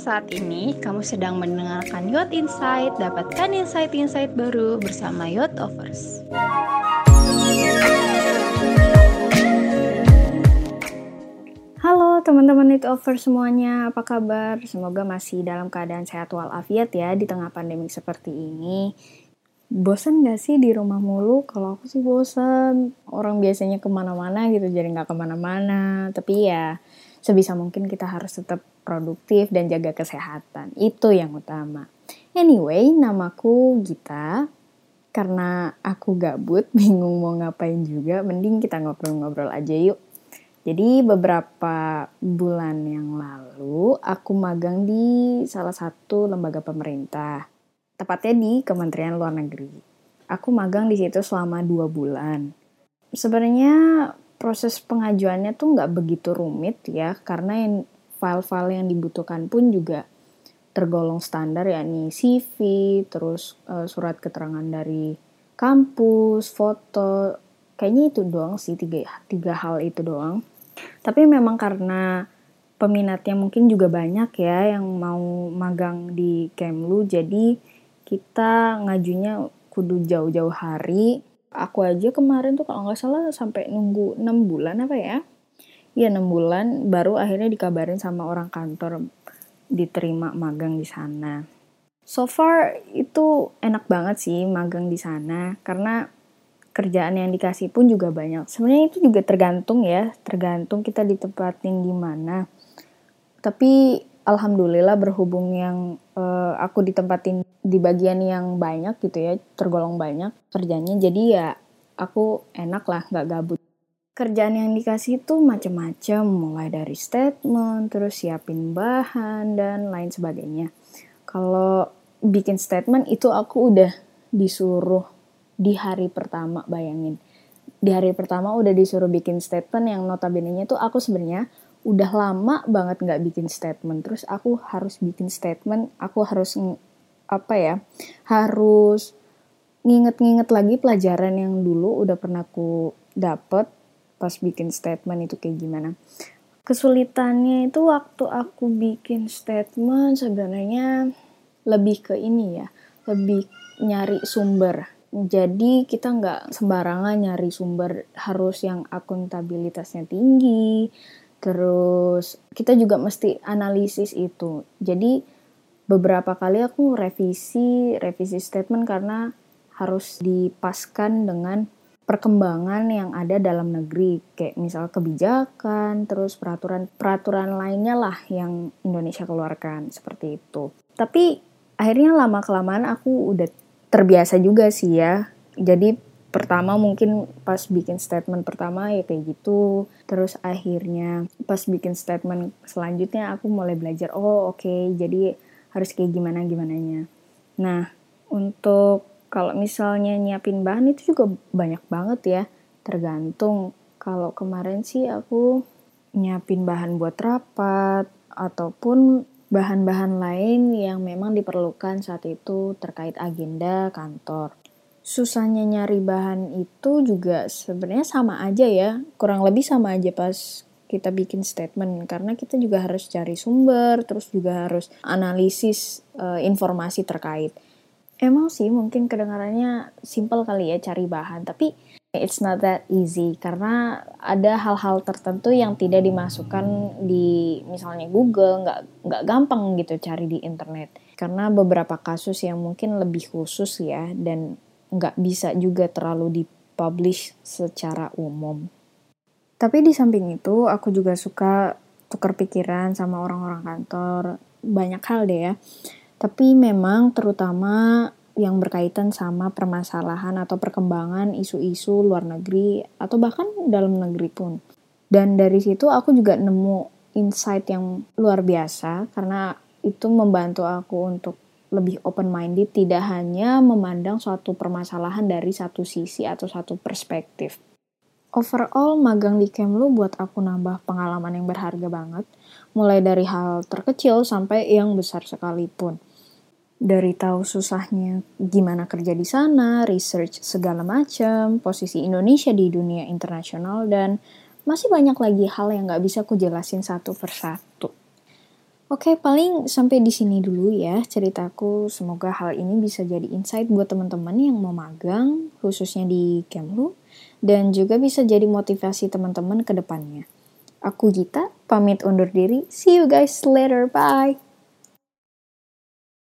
Saat ini kamu sedang mendengarkan Yacht Insight. Dapatkan insight-insight baru bersama Yacht Offers. Halo teman-teman Yacht Offers semuanya, apa kabar? Semoga masih dalam keadaan sehat walafiat ya di tengah pandemi seperti ini. Bosan gak sih di rumah mulu? Kalau aku sih bosan. Orang biasanya kemana-mana gitu, jadi gak kemana-mana. Tapi ya sebisa mungkin kita harus tetap produktif dan jaga kesehatan. Itu yang utama. Anyway, namaku Gita. Karena aku gabut, bingung mau ngapain juga, mending kita ngobrol-ngobrol aja yuk. Jadi beberapa bulan yang lalu, aku magang di salah satu lembaga pemerintah. Tepatnya di Kementerian Luar Negeri. Aku magang di situ selama 2 bulan. Sebenarnya proses pengajuannya tuh nggak begitu rumit ya, karena file-file yang dibutuhkan pun juga tergolong standar, yakni CV, terus surat keterangan dari kampus, foto, kayaknya itu doang sih, tiga hal itu doang. Tapi memang karena peminatnya mungkin juga banyak ya yang mau magang di Kemlu, jadi kita ngajunya kudu jauh-jauh hari. Aku aja kemarin tuh kalau nggak salah sampai nunggu 6 bulan apa ya? Iya 6 bulan baru akhirnya dikabarin sama orang kantor diterima magang di sana. So far itu enak banget sih magang di sana karena kerjaan yang dikasih pun juga banyak. Sebenarnya itu juga tergantung kita ditempatin di mana. Tapi alhamdulillah berhubung yang aku ditempatin di bagian yang banyak gitu ya, tergolong banyak kerjanya, jadi ya aku enak lah, nggak gabut. Kerjaan yang dikasih tuh macam-macam, mulai dari statement, terus siapin bahan, dan lain sebagainya. Kalau bikin statement itu aku udah disuruh di hari pertama, bayangin. Di hari pertama udah disuruh bikin statement yang notabene-nya tuh aku sebenarnya udah lama banget nggak bikin statement. Terus aku harus bikin statement, aku harus harus nginget-nginget lagi pelajaran yang dulu udah pernah aku dapet pas bikin statement itu kayak gimana. Kesulitannya itu waktu aku bikin statement sebenarnya lebih ke ini ya, lebih nyari sumber. Jadi kita nggak sembarangan nyari sumber, harus yang akuntabilitasnya tinggi, terus kita juga mesti analisis itu. Jadi beberapa kali aku revisi statement karena harus dipaskan dengan perkembangan yang ada dalam negeri, kayak misal kebijakan, terus peraturan lainnya lah yang Indonesia keluarkan, seperti itu. Tapi akhirnya lama-kelamaan aku udah terbiasa juga sih ya. Jadi pertama mungkin pas bikin statement pertama ya kayak gitu, terus akhirnya pas bikin statement selanjutnya aku mulai belajar, oke, jadi harus kayak gimana-gimananya. Nah, untuk kalau misalnya nyiapin bahan itu juga banyak banget ya, tergantung. Kalau kemarin sih aku nyiapin bahan buat rapat, ataupun bahan-bahan lain yang memang diperlukan saat itu terkait agenda kantor. Susahnya nyari bahan itu juga sebenarnya sama aja ya, kurang lebih sama aja pas kita bikin statement, karena kita juga harus cari sumber, terus juga harus analisis informasi terkait. Emang sih mungkin kedengarannya simple kali ya cari bahan, tapi it's not that easy karena ada hal-hal tertentu yang tidak dimasukkan di misalnya Google, nggak gampang gitu cari di internet. Karena beberapa kasus yang mungkin lebih khusus ya dan nggak bisa juga terlalu dipublish secara umum. Tapi di samping itu aku juga suka tukar pikiran sama orang-orang kantor, banyak hal deh ya. Tapi memang terutama yang berkaitan sama permasalahan atau perkembangan isu-isu luar negeri atau bahkan dalam negeri pun. Dan dari situ aku juga nemu insight yang luar biasa karena itu membantu aku untuk lebih open-minded, tidak hanya memandang suatu permasalahan dari satu sisi atau satu perspektif. Overall, magang di Kemlu buat aku nambah pengalaman yang berharga banget, mulai dari hal terkecil sampai yang besar sekalipun. Dari tahu susahnya gimana kerja di sana, research segala macam, posisi Indonesia di dunia internasional, dan masih banyak lagi hal yang gak bisa aku jelasin satu persatu. Oke, paling sampai di sini dulu ya ceritaku. Semoga hal ini bisa jadi insight buat teman-teman yang mau magang, khususnya di Kemlu, dan juga bisa jadi motivasi teman-teman ke depannya. Aku Gita, pamit undur diri. See you guys later. Bye.